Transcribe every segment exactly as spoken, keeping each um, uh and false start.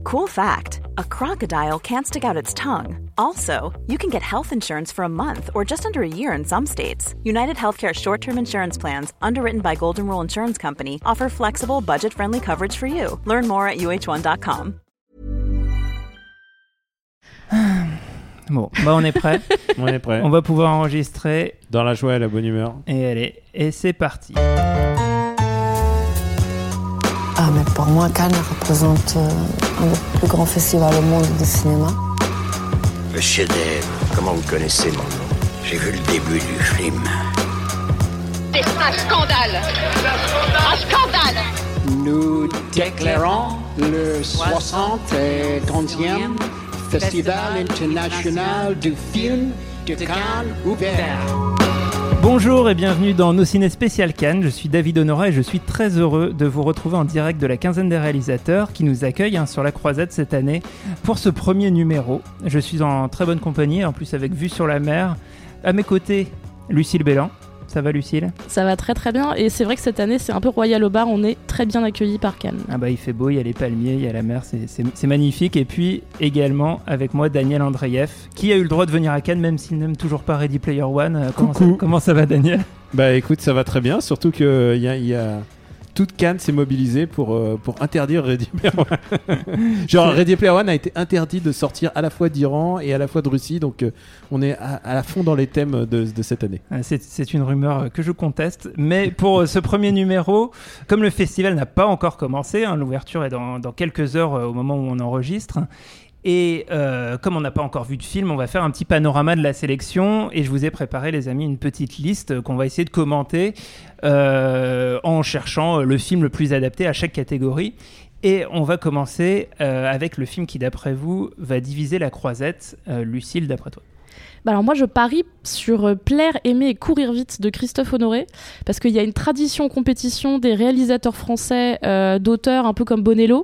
Cool fact, a crocodile can't stick out its tongue. Also, you can get health insurance for a month or just under a year in some states. United Healthcare short-term insurance plans, underwritten by Golden Rule Insurance Company, offer flexible, budget-friendly coverage for you. Learn more at U H one dot com. Bon, bah on est prêt. On est prêt. On va pouvoir enregistrer. Dans la joie et la bonne humeur. Et allez, et c'est parti. Ah, mais pour moi, Cannes représente euh, un des plus grands festivals au monde de cinéma. Le chef-d'œuvre, comment vous connaissez mon nom? J'ai vu le début du film. C'est un scandale! Un scandale! Nous déclarons le soixante-quatorzième Festival international du film de Cannes ouvert. Bonjour et bienvenue dans Nos Ciné Spécial Cannes, je suis David Honora et je suis très heureux de vous retrouver en direct de la quinzaine des réalisateurs qui nous accueillent hein, sur la Croisette cette année pour ce premier numéro. Je suis en très bonne compagnie, en plus avec vue sur la mer. À mes côtés, Lucille Bélan. Ça va Lucille ? Ça va très très bien et c'est vrai que cette année c'est un peu royal au bar, on est très bien accueillis par Cannes. Ah bah il fait beau, il y a les palmiers, il y a la mer, c'est, c'est, c'est magnifique. Et puis également avec moi Daniel Andreev qui a eu le droit de venir à Cannes même s'il n'aime toujours pas Ready Player One. Comment, ça, comment ça va Daniel ? Bah écoute, ça va très bien, surtout que il y a, y a... toute Cannes s'est mobilisée pour, euh, pour interdire Ready Player One. Genre Ready Player One a été interdit de sortir à la fois d'Iran et à la fois de Russie, donc euh, on est à, à la fond dans les thèmes de, de cette année. C'est, c'est une rumeur que je conteste, mais pour ce premier numéro, comme le festival n'a pas encore commencé, hein, l'ouverture est dans, dans quelques heures euh, au moment où on enregistre, et euh, comme on n'a pas encore vu de film, on va faire un petit panorama de la sélection et je vous ai préparé les amis une petite liste qu'on va essayer de commenter euh, en cherchant le film le plus adapté à chaque catégorie. Et on va commencer euh, avec le film qui d'après vous va diviser la Croisette. euh, Lucille, d'après toi? Bah alors moi je parie sur Plaire, aimer et courir vite de Christophe Honoré parce qu'il y a une tradition en compétition des réalisateurs français, euh, d'auteurs un peu comme Bonello,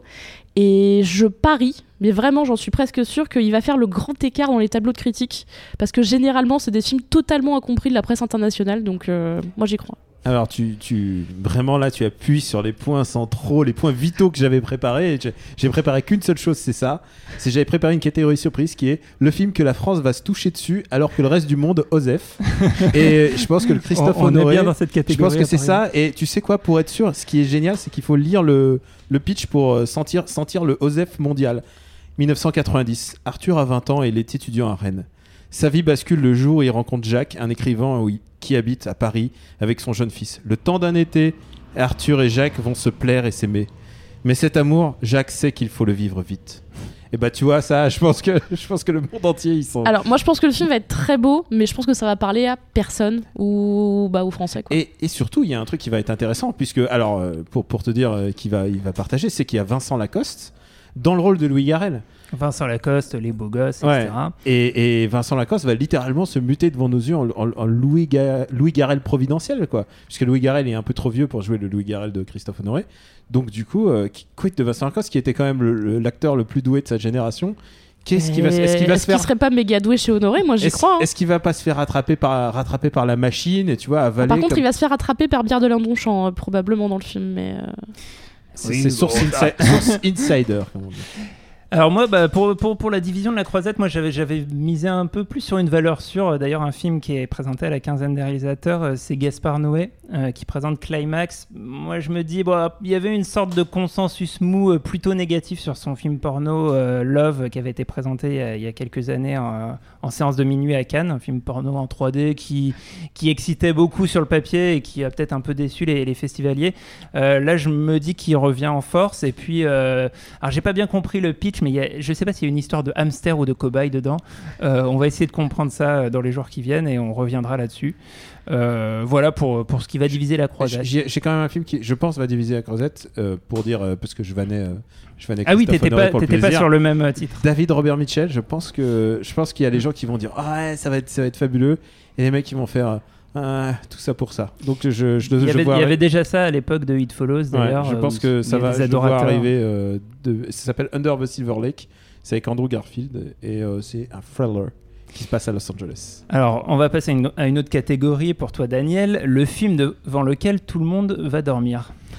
et je parie, mais vraiment j'en suis presque sûre qu'il va faire le grand écart dans les tableaux de critiques parce que généralement c'est des films totalement incompris de la presse internationale, donc euh, moi j'y crois. Alors tu, tu vraiment là tu appuies sur les points centraux, les points vitaux que j'avais préparés. J'ai, j'ai préparé qu'une seule chose, c'est ça. C'est j'avais préparé une catégorie surprise qui est le film que la France va se toucher dessus alors que le reste du monde osef. Et je pense que le Christophe on, on Honoré, est bien dans cette catégorie. Je pense que c'est ça. Et tu sais quoi, pour être sûr, ce qui est génial, c'est qu'il faut lire le le pitch pour sentir sentir le osef mondial. dix-neuf cent quatre-vingt-dix. Arthur a vingt ans et il est étudiant à Rennes. Sa vie bascule le jour où il rencontre Jacques, un écrivain oui, qui habite à Paris avec son jeune fils. Le temps d'un été, Arthur et Jacques vont se plaire et s'aimer. Mais cet amour, Jacques sait qu'il faut le vivre vite. Et bah tu vois ça, je pense que, je pense que le monde entier ils sont... Alors moi je pense que le film va être très beau, mais je pense que ça va parler à personne ou bah, aux Français quoi. Et, et surtout il y a un truc qui va être intéressant puisque, alors pour, pour te dire euh, qu'il va, il va partager, c'est qu'il y a Vincent Lacoste dans le rôle de Louis Garrel. Vincent Lacoste, les beaux gosses, ouais. et cetera. Et, et Vincent Lacoste va littéralement se muter devant nos yeux en, en, en Louis, Ga- Louis Garrel providentiel, quoi. Puisque Louis Garrel est un peu trop vieux pour jouer le Louis Garrel de Christophe Honoré. Donc du coup, euh, quid de Vincent Lacoste, qui était quand même le, le, l'acteur le plus doué de sa génération. Qu'est-ce qu'il va, est-ce qu'il va est-ce se faire... qu'il serait pas méga doué chez Honoré? Moi j'y est-ce, crois. Hein. Est-ce qu'il va pas se faire rattraper par, rattraper par la machine et tu vois, avaler Par contre, comme... il va se faire rattraper par Bière de Lindonchant, euh, probablement dans le film, mais... Euh... C'est, oui, c'est source, bon, insi- source insider, comme on dit. Alors moi, bah, pour, pour, pour la division de la Croisette, moi j'avais, j'avais misé un peu plus sur une valeur sûre. D'ailleurs, un film qui est présenté à la quinzaine des réalisateurs, c'est Gaspard Noé, euh, qui présente Climax. Moi je me dis, bon, il y avait une sorte de consensus mou euh, plutôt négatif sur son film porno euh, Love, qui avait été présenté il y a, il y a quelques années en, en séance de minuit à Cannes, un film porno en trois D qui, qui excitait beaucoup sur le papier et qui a peut-être un peu déçu les, les festivaliers. Euh, là je me dis qu'il revient en force et puis, euh, alors j'ai pas bien compris le pitch, mais il y a, je sais pas s'il y a une histoire de hamster ou de cobaye dedans. Euh, on va essayer de comprendre ça dans les jours qui viennent et on reviendra là-dessus. Euh, voilà pour, pour ce qui va diviser la Croisette. J'ai, j'ai quand même un film qui, je pense, va diviser la Croisette euh, pour dire, euh, parce que je vannais, euh, je vannais ah oui, Christophe t'étais Honoré pas, pour le t'étais pas plaisir. sur le même titre. David Robert Mitchell, je pense que, je pense qu'il y a des gens qui vont dire, ah ouais, ça va être, ça va être fabuleux, et les mecs qui vont faire. Ah, tout ça pour ça. Donc je, je, je, il, y je avait, vois... il y avait déjà ça à l'époque de It Follows d'ailleurs. Ouais, je pense que ça va, je le vois arriver. Euh, de, ça s'appelle Under the Silver Lake. C'est avec Andrew Garfield et euh, c'est un thriller qui se passe à Los Angeles. Alors, on va passer à une, à une autre catégorie pour toi, Daniel. Le film devant lequel tout le monde va dormir.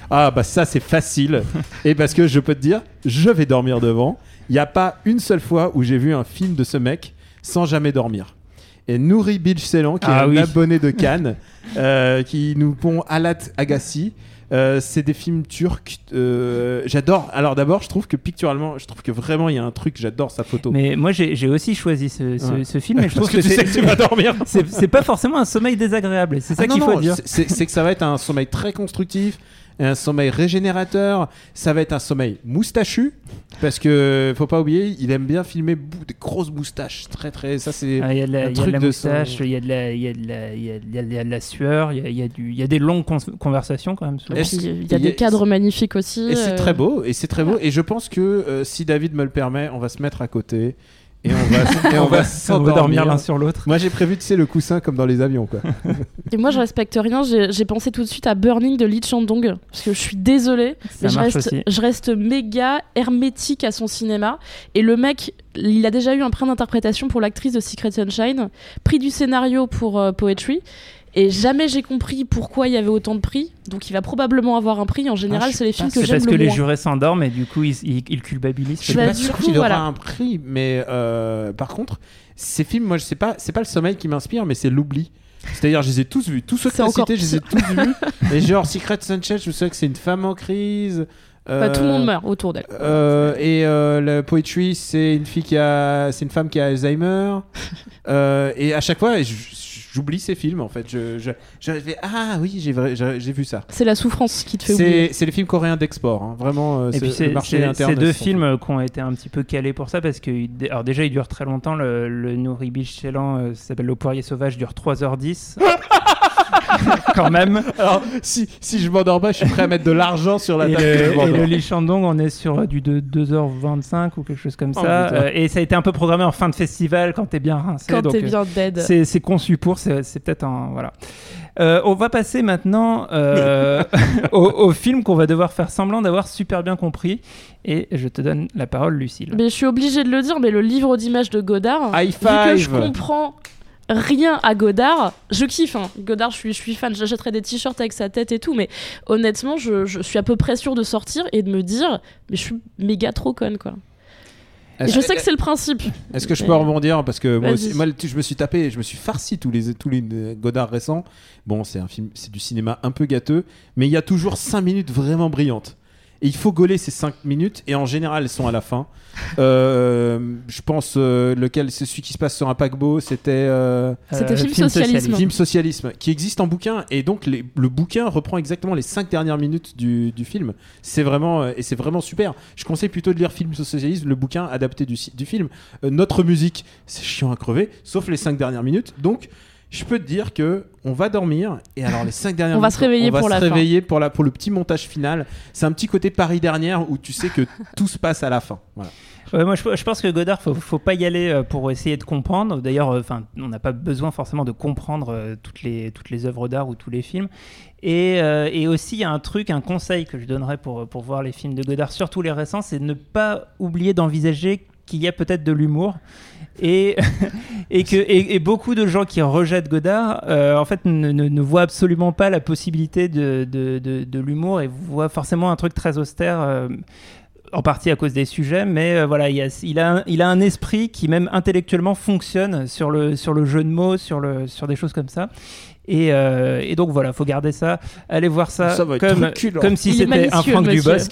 Ah bah ça c'est facile. Et parce que je peux te dire, je vais dormir devant. Il n'y a pas une seule fois où j'ai vu un film de ce mec sans jamais dormir. Et Nouri Bilge-Ceylan, qui ah, est oui. un abonné de Cannes, euh, qui nous pond Alat Agassi. Euh, c'est des films turcs. Euh, j'adore. Alors d'abord, je trouve que picturalement, je trouve que vraiment il y a un truc. J'adore sa photo. Mais moi, j'ai, j'ai aussi choisi ce, ce, ouais. ce film. Et je trouve que, que tu sais que tu vas dormir. C'est, c'est pas forcément un sommeil désagréable. C'est ça ah, qu'il non, faut non, dire. C'est, c'est que ça va être un sommeil très constructif. Un sommeil régénérateur, ça va être un sommeil moustachu, parce que faut pas oublier, il aime bien filmer bou- des grosses moustaches, très très. Ça c'est. Il y a de la, un y truc a de la de moustache, il y a de la, il y a de la, il y a, y a, y a de la sueur, il y a, y a du, il y a des longues con- conversations quand même. Il y a des cadres magnifiques aussi. Et c'est euh... très beau, et c'est très beau, et je pense que euh, si David me le permet, on va se mettre à côté. Et on va, et on va s'endormir l'un sur l'autre. Moi j'ai prévu, tu sais, le coussin comme dans les avions, quoi. Et moi je respecte rien, j'ai, j'ai pensé tout de suite à Burning de Lee Chang-dong, parce que je suis désolée, ça mais je reste, je reste méga hermétique à son cinéma. Et le mec, il a déjà eu un prix d'interprétation pour l'actrice de Secret Sunshine, prix du scénario pour euh, Poetry. Et jamais j'ai compris pourquoi il y avait autant de prix. Donc il va probablement avoir un prix. En général, ah, c'est les films que c'est j'aime le moins. C'est parce que les jurés s'endorment et du coup, ils, ils, ils culpabilisent. Je suis pas sûr qu'il voilà. aura un prix. Mais euh, par contre, ces films, moi, je sais pas, c'est pas le sommeil qui m'inspire, mais c'est l'oubli. C'est-à-dire, je les ai tous vus. Tous ceux que tu as cités, je les ai tous vus. Et genre, Secret Sunshine, je me souviens que c'est une femme en crise. Euh, bah, tout le monde meurt autour d'elle. Euh, et euh, le Poetry, c'est une fille qui a, c'est une femme qui a Alzheimer. euh, et à chaque fois, je, j'oublie ces films en fait. Je, je, je vais ah oui, j'ai, j'ai, j'ai vu ça. C'est la souffrance qui te fait c'est, oublier. C'est les films coréens d'export, hein. Vraiment. Euh, et c'est, puis c'est, le marché c'est, interne. C'est deux films qui ont été un petit peu calés pour ça parce que alors déjà ils durent très longtemps. Le, le Nouri Bilge-Ceylan, euh, ça s'appelle Le Poirier Sauvage, dure trois heures dix. Quand même. Alors, si, si je m'endors pas, je suis prêt à mettre de l'argent sur la et table. Le, et le Lee Chang-dong, on est sur du de deux heures vingt-cinq ou quelque chose comme ça. Oh, euh, et ça a été un peu programmé en fin de festival quand t'es bien rincé. Quand donc, t'es bien dead. C'est, c'est conçu pour, c'est, c'est peut-être un. Voilà. Euh, on va passer maintenant euh, au, au film qu'on va devoir faire semblant d'avoir super bien compris. Et je te donne la parole, Lucille. Mais je suis obligée de le dire, mais le livre d'images de Godard, High vu five. que je comprends rien à Godard, je kiffe hein. Godard, je suis, je suis fan, j'achèterais des t-shirts avec sa tête et tout, mais honnêtement je, je suis à peu près sûre de sortir et de me dire mais je suis méga trop conne quoi. Et je sais que c'est le principe. Est-ce que je peux mais... rebondir parce que moi, aussi, moi je me suis tapé, je me suis farci tous les tous les Godard récents. Bon, c'est un film, c'est du cinéma un peu gâteux, mais il y a toujours cinq minutes vraiment brillantes. Et il faut gauler ces cinq minutes, et en général, elles sont à la fin. Euh, je pense, euh, lequel, c'est celui qui se passe sur un paquebot, c'était... Euh, c'était euh, film, film socialisme. socialisme. Film socialisme, qui existe en bouquin, et donc les, le bouquin reprend exactement les cinq dernières minutes du, du film. C'est vraiment, euh, et c'est vraiment super. Je conseille plutôt de lire Film socialisme, le bouquin adapté du, du film. Euh, notre musique, c'est chiant à crever, sauf les cinq dernières minutes. Donc... je peux te dire que on va dormir et alors les cinq dernières on minutes, va se réveiller on va pour se la réveiller fin. pour la pour le petit montage final. C'est un petit côté Paris dernière où tu sais que tout se passe à la fin. Voilà. Ouais, moi, je, je pense que Godard, faut, faut pas y aller pour essayer de comprendre. D'ailleurs, enfin, euh, on n'a pas besoin forcément de comprendre euh, toutes les toutes les œuvres d'art ou tous les films. Et, euh, et aussi, il y a un truc, un conseil que je donnerais pour pour voir les films de Godard, surtout les récents, c'est de ne pas oublier d'envisager qu'il y a peut-être de l'humour. Et, et, que, et, et beaucoup de gens qui rejettent Godard euh, en fait ne, ne, ne voient absolument pas la possibilité de, de, de, de l'humour et voient forcément un truc très austère euh, en partie à cause des sujets, mais euh, voilà, il, y a, il, a un, il a un esprit qui même intellectuellement fonctionne sur le, sur le jeu de mots, sur, le, sur des choses comme ça. Et, euh, et donc voilà, faut garder ça. Allez voir ça, ça comme, comme si il c'était un Franck Dubosc.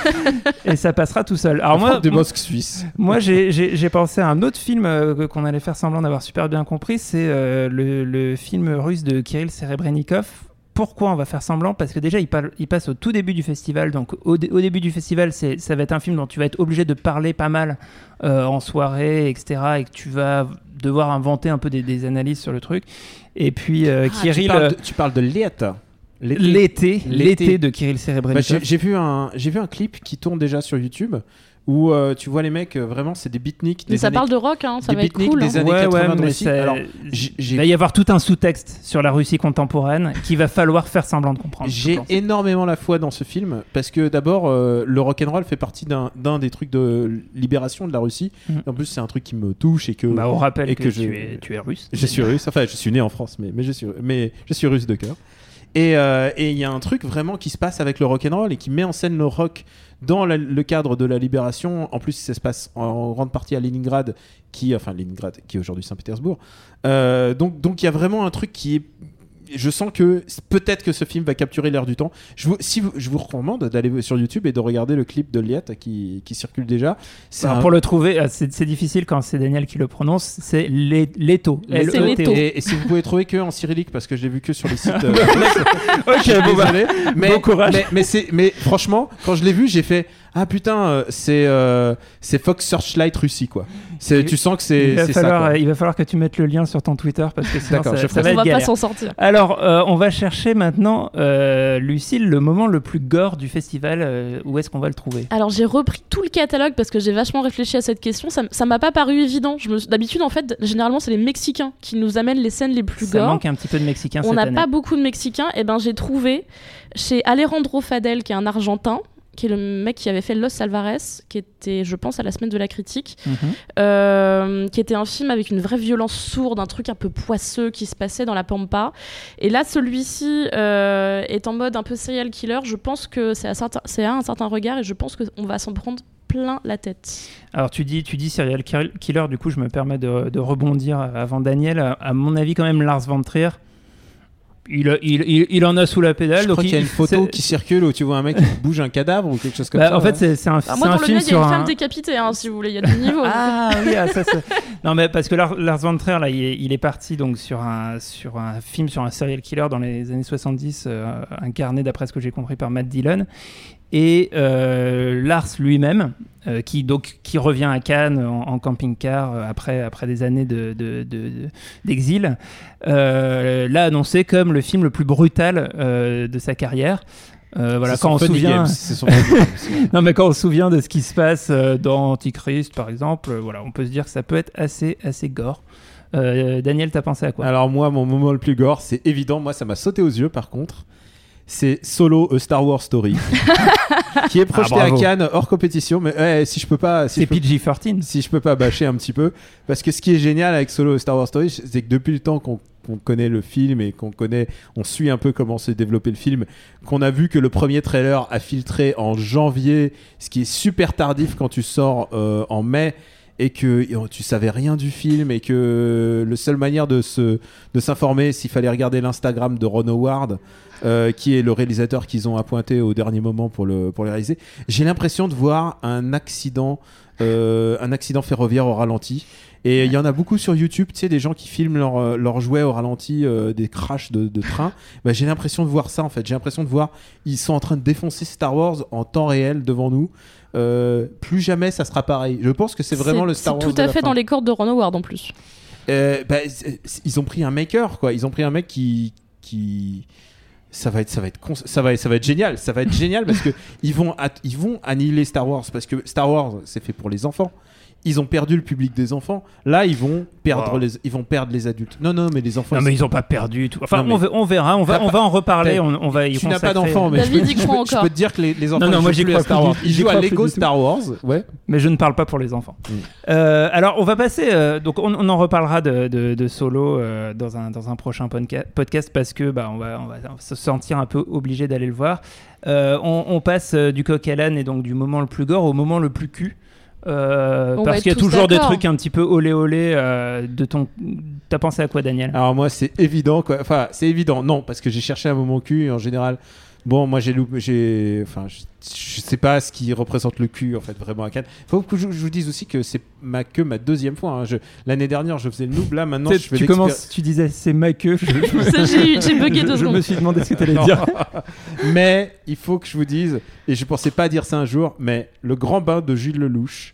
Et ça passera tout seul. Alors un moi, Franck Dubosc suisse. Moi, j'ai, j'ai, j'ai pensé à un autre film euh, qu'on allait faire semblant d'avoir super bien compris. C'est euh, le, le film russe de Kirill Serebrennikov. Pourquoi on va faire semblant ? Parce que déjà, il, parle, il passe au tout début du festival. Donc, au, dé, au début du festival, c'est, ça va être un film dont tu vas être obligé de parler pas mal euh, en soirée, et cetera. Et que tu vas devoir inventer un peu des, des analyses sur le truc. Et puis, euh, ah, Kirill... Tu parles de, tu parles de l'été. L'été, l'été, l'été de Kirill Serebrennikov. Bah, j'ai, j'ai, vu un, j'ai vu un clip qui tourne déjà sur YouTube où euh, tu vois les mecs, euh, vraiment, c'est des beatniks. Mais des ça années, parle de rock, hein, ça va être cool. Des hein. années ouais, quatre-vingts ouais, de mais Russie. Alors, j'ai, il va y avoir tout un sous-texte sur la Russie contemporaine qu'il va falloir faire semblant de comprendre. J'ai énormément la foi dans ce film parce que d'abord, euh, le rock'n'roll fait partie d'un, d'un des trucs de libération de la Russie. Mmh. En plus, c'est un truc qui me touche et que. Bah, on rappelle et que, que tu, je, es, tu es russe. Je suis russe. Enfin, je suis né en France, mais, mais, je, suis, mais je suis russe de cœur. Et il euh, y a un truc vraiment qui se passe avec le rock'n'roll et qui met en scène le rock dans la, le cadre de la libération. En plus, ça se passe en, en grande partie à Leningrad, qui, enfin Leningrad, qui est aujourd'hui Saint-Pétersbourg. Euh, donc, donc il y a vraiment un truc qui est. Je sens que peut-être que ce film va capturer l'air du temps. Je vous, si vous, je vous recommande d'aller sur YouTube et de regarder le clip de Liat qui, qui circule déjà. Alors, un... Pour le trouver, c'est, c'est difficile quand c'est Daniel qui le prononce. C'est Leto. C'est Leto. Et, et si vous pouvez trouver que en cyrillique, parce que je l'ai vu que sur les sites. Euh, ok, bon, désolé. Bah, mais, bon courage. Mais, mais, c'est, mais franchement, quand je l'ai vu, j'ai fait. Ah putain, euh, c'est, euh, c'est Fox Searchlight Russie quoi. C'est, tu sens que c'est, il va c'est falloir, ça. Quoi. Il va falloir que tu mettes le lien sur ton Twitter parce que sinon ça, je ça va on être va galère. pas s'en sortir. Alors, euh, on va chercher maintenant, euh, Lucille, le moment le plus gore du festival. Euh, où est-ce qu'on va le trouver ? Alors j'ai repris tout le catalogue parce que j'ai vachement réfléchi à cette question. Ça, ça m'a pas paru évident. Je me, d'habitude, en fait, généralement, c'est les Mexicains qui nous amènent les scènes les plus ça gore. Ça manque un petit peu de Mexicains on cette n'a année. pas beaucoup de Mexicains. Et ben j'ai trouvé chez Alejandro Fadel, qui est un Argentin, qui est le mec qui avait fait Los Alvarez, qui était, je pense, à la semaine de la critique, mm-hmm. euh, qui était un film avec une vraie violence sourde, un truc un peu poisseux qui se passait dans la Pampa. Et là, celui-ci euh, est en mode un peu serial killer. Je pense que c'est à, certain, c'est à un certain regard et je pense qu'on va s'en prendre plein la tête. Alors tu dis, tu dis serial killer, du coup je me permets de, de rebondir avant Daniel. À, à mon avis quand même, Lars von Trier, Il, il, il, il en a sous la pédale. Je donc crois il, qu'il y a une photo c'est... qui circule où tu vois un mec qui bouge un cadavre ou quelque chose comme bah, ça. En fait, ouais. c'est, c'est un, ah, c'est moi, un dans le film mien, il y a sur une un... femme décapitée, hein, si vous voulez, il y a du niveau. Ah oui, ah, ça, ça. Non, mais parce que Lars, Lars von Trier, là, il est, il est parti donc, sur, un, sur un film sur un serial killer dans les années soixante-dix, euh, incarné, d'après ce que j'ai compris, par Matt Dillon. Et euh, Lars lui-même, euh, qui, donc, qui revient à Cannes en, en camping-car euh, après, après des années de, de, de, de, d'exil, euh, l'a annoncé comme le film le plus brutal euh, de sa carrière. Euh, voilà, c'est quand on se souvient, non mais quand on se souvient de ce qui se passe euh, dans Antichrist par exemple, euh, voilà, on peut se dire que ça peut être assez assez gore. Euh, Daniel, t'as pensé à quoi ? Alors moi, mon moment le plus gore, c'est évident. Moi, ça m'a sauté aux yeux. Par contre, c'est Solo, A Star Wars Story, qui est projeté ah, à Cannes hors compétition. Mais ouais, si je peux pas, si c'est je peux, P G treize. Si je peux pas bâcher un petit peu, parce que ce qui est génial avec Solo, A Star Wars Story, c'est que depuis le temps qu'on qu'on connaît le film et qu'on connaît, on suit un peu comment s'est développé le film, qu'on a vu que le premier trailer a filtré en janvier, ce qui est super tardif quand tu sors euh, en mai et que tu savais rien du film et que la seule manière de, se, de s'informer, s'il fallait regarder l'Instagram de Ron Howard, euh, qui est le réalisateur qu'ils ont appointé au dernier moment pour le, pour le réaliser, j'ai l'impression de voir un accident, euh, un accident ferroviaire au ralenti. Et il y en a beaucoup sur YouTube, tu sais, des gens qui filment leurs leur jouets au ralenti, euh, des crashs de, de train. Bah, j'ai l'impression de voir ça en fait. J'ai l'impression de voir, ils sont en train de défoncer Star Wars en temps réel devant nous. Euh, plus jamais ça sera pareil. Je pense que c'est vraiment c'est, le Star c'est Wars. tout à fait fin. dans les cordes de Ron Howard en plus. Euh, bah, ils ont pris un maker, quoi. Ils ont pris un mec qui. qui... Ça va être, ça va être, cons- ça va, ça va être génial. Ça va être génial parce que ils vont, at- ils vont annihiler Star Wars parce que Star Wars, c'est fait pour les enfants. Ils ont perdu le public des enfants. Là, ils vont perdre wow. les, ils vont perdre les adultes. Non, non, mais les enfants. Non, mais ils ont pas perdu tout. Enfin, non, on, on verra. On va, on va en reparler. On, on va y tu consacrer. n'as pas d'enfants, mais David je peux, je, peux, je peux te dire que les, les enfants. Non, non, moi j'y crois Star Wars. Ils jouent à Lego Star Wars. Ouais. Mais je ne parle pas pour les enfants. Mm. Euh, alors, on va passer. Euh, donc, on, on en reparlera de, de, de Solo euh, dans un dans un prochain podca- podcast parce que bah on va on va se sentir un peu obligé d'aller le voir. Euh, on, on passe euh, du coq à l'âne et donc du moment le plus gore au moment le plus cul. Euh, parce qu'il y a toujours d'accord. des trucs un petit peu olé olé euh, de ton. T'as pensé à quoi, Daniel ? Alors moi c'est évident quoi. Enfin c'est évident non parce que j'ai cherché un moment cul et en général bon moi j'ai loupé j'ai enfin je, je sais pas ce qui représente le cul en fait vraiment à Cannes. Faut que je, je vous dise aussi que c'est ma que ma deuxième fois. Hein. Je, l'année dernière je faisais le noob là maintenant je fais tu commences tu disais c'est ma queue. Je, Ça, j'ai, j'ai bugué deux je, secondes. Je me suis demandé ce que t'allais dire. Mais il faut que je vous dise et je pensais pas dire ça un jour mais le grand bain de Jules Lelouch.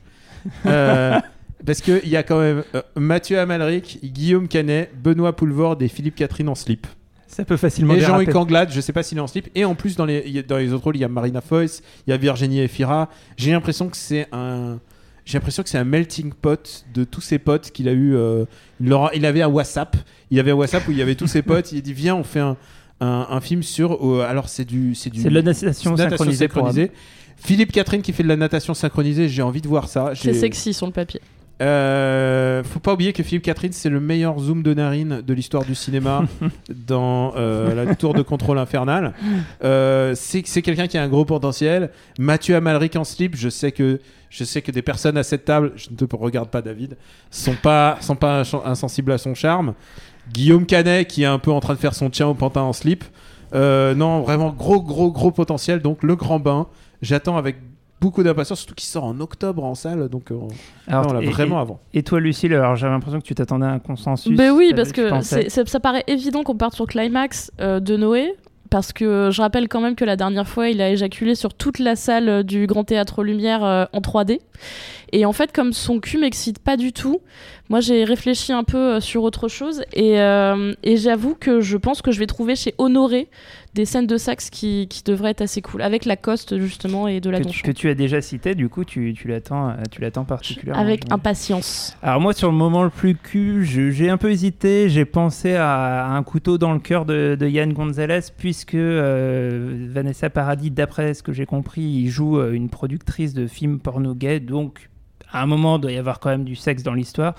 euh, parce qu'il y a quand même euh, Mathieu Amalric, Guillaume Canet, Benoît Poulvorde et Philippe Catherine en slip. Ça peut facilement et déraper. Jean-Luc Anglade, je sais pas s'il est en slip. Et en plus, dans les, dans les autres rôles, il y a Marina Foïs, il y a Virginie Efira. J'ai l'impression que c'est un. J'ai l'impression que c'est un melting pot de tous ses potes qu'il a eu. Euh, il, leur a, il avait un WhatsApp. Il y avait un WhatsApp où il y avait tous ses potes. Il a dit viens, on fait un, un, un film sur. Euh, alors c'est du, c'est du. C'est de la natation synchronisée. synchronisée. Philippe Catherine qui fait de la natation synchronisée, j'ai envie de voir ça. J'ai... C'est sexy sur le papier. Euh, faut pas oublier que Philippe Catherine, c'est le meilleur zoom de narine de l'histoire du cinéma dans euh, la tour de contrôle infernale. Euh, c'est, c'est quelqu'un qui a un gros potentiel. Mathieu Amalric en slip, je sais que je sais que des personnes à cette table, je ne te regarde pas David, sont pas sont pas insensibles à son charme. Guillaume Canet qui est un peu en train de faire son tien au pantin en slip. Euh, non, vraiment gros gros gros potentiel. Donc Le Grand Bain, j'attends avec beaucoup d'impatience, surtout qu'il sort en octobre en salle, donc euh, alors, non, on l'a et, vraiment et, avant. Et toi, Lucille, alors j'avais l'impression que tu t'attendais à un consensus. Ben oui, parce que c'est, c'est, ça paraît évident qu'on parte sur Climax euh, de Noé, parce que je rappelle quand même que la dernière fois, il a éjaculé sur toute la salle du Grand Théâtre Lumière euh, en trois D. Et en fait, comme son cul m'excite pas du tout, moi j'ai réfléchi un peu sur autre chose et, euh, et j'avoue que je pense que je vais trouver chez Honoré des scènes de sax qui, qui devraient être assez cool, avec Lacoste justement et de la que, Donchon. Que tu as déjà cité, du coup tu, tu, l'attends, tu l'attends particulièrement. Avec impatience. Alors moi sur le moment le plus cul, je, j'ai un peu hésité, j'ai pensé à, à un couteau dans le cœur de, de Yann Gonzalez, puisque euh, Vanessa Paradis, d'après ce que j'ai compris, il joue euh, une productrice de films porno gay, donc à un moment, il doit y avoir quand même du sexe dans l'histoire.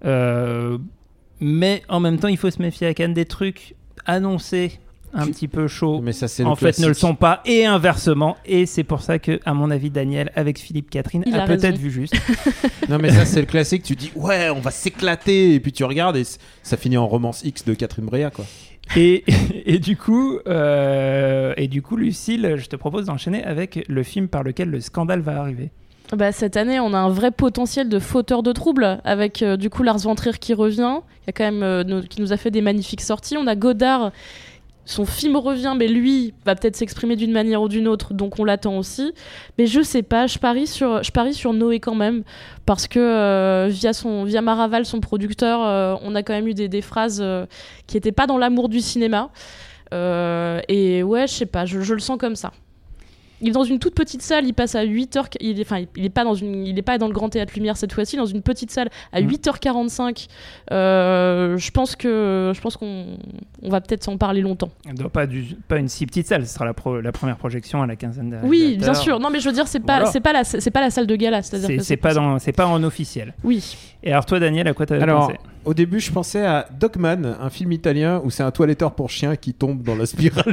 Euh, mais en même temps, il faut se méfier à Cannes des trucs annoncés un tu... petit peu chauds. Mais ça, c'est en le fait, classique. ne le sont pas, et inversement. Et c'est pour ça que, à mon avis, Daniel, avec Philippe Catherine, il a, a peut-être raison. vu juste. Non, mais ça, c'est le classique. Tu dis, ouais, on va s'éclater. Et puis tu regardes et ça finit en romance X de Catherine Breillat, quoi. Et, et, du coup, euh, et du coup, Lucille, je te propose d'enchaîner avec le film par lequel le scandale va arriver. Bah, cette année, on a un vrai potentiel de fauteur de troubles avec euh, du coup Lars von Trier qui revient, qui, a quand même, euh, nous, qui nous a fait des magnifiques sorties. On a Godard, son film revient, mais lui va peut-être s'exprimer d'une manière ou d'une autre, donc on l'attend aussi. Mais je sais pas, je parie sur, je parie sur Noé quand même, parce que euh, via, son, via Maraval, son producteur, euh, on a quand même eu des, des phrases euh, qui n'étaient pas dans l'amour du cinéma. Euh, et ouais, je sais pas, je, je le sens comme ça. Il est dans une toute petite salle, il passe à huit heures, il est, enfin, il est pas dans une, il est pas dans le Grand Théâtre Lumière cette fois-ci, dans une petite salle à huit heures quarante-cinq. Euh, je pense que, je pense qu'on, on va peut-être s'en parler longtemps. Donc pas du, pas une si petite salle, ce sera la, pro, la première projection à la quinzaine d'heures. Oui, bien sûr. Non, mais je veux dire, c'est pas, voilà. c'est pas la, c'est pas la salle de gala, c'est-à-dire c'est, que c'est, c'est pas dans, c'est pas en officiel. Oui. Et alors toi, Daniel, à quoi t'avais alors, pensé ? Au début, je pensais à Dogman, un film italien où c'est un toiletteur pour chien qui tombe dans la spirale.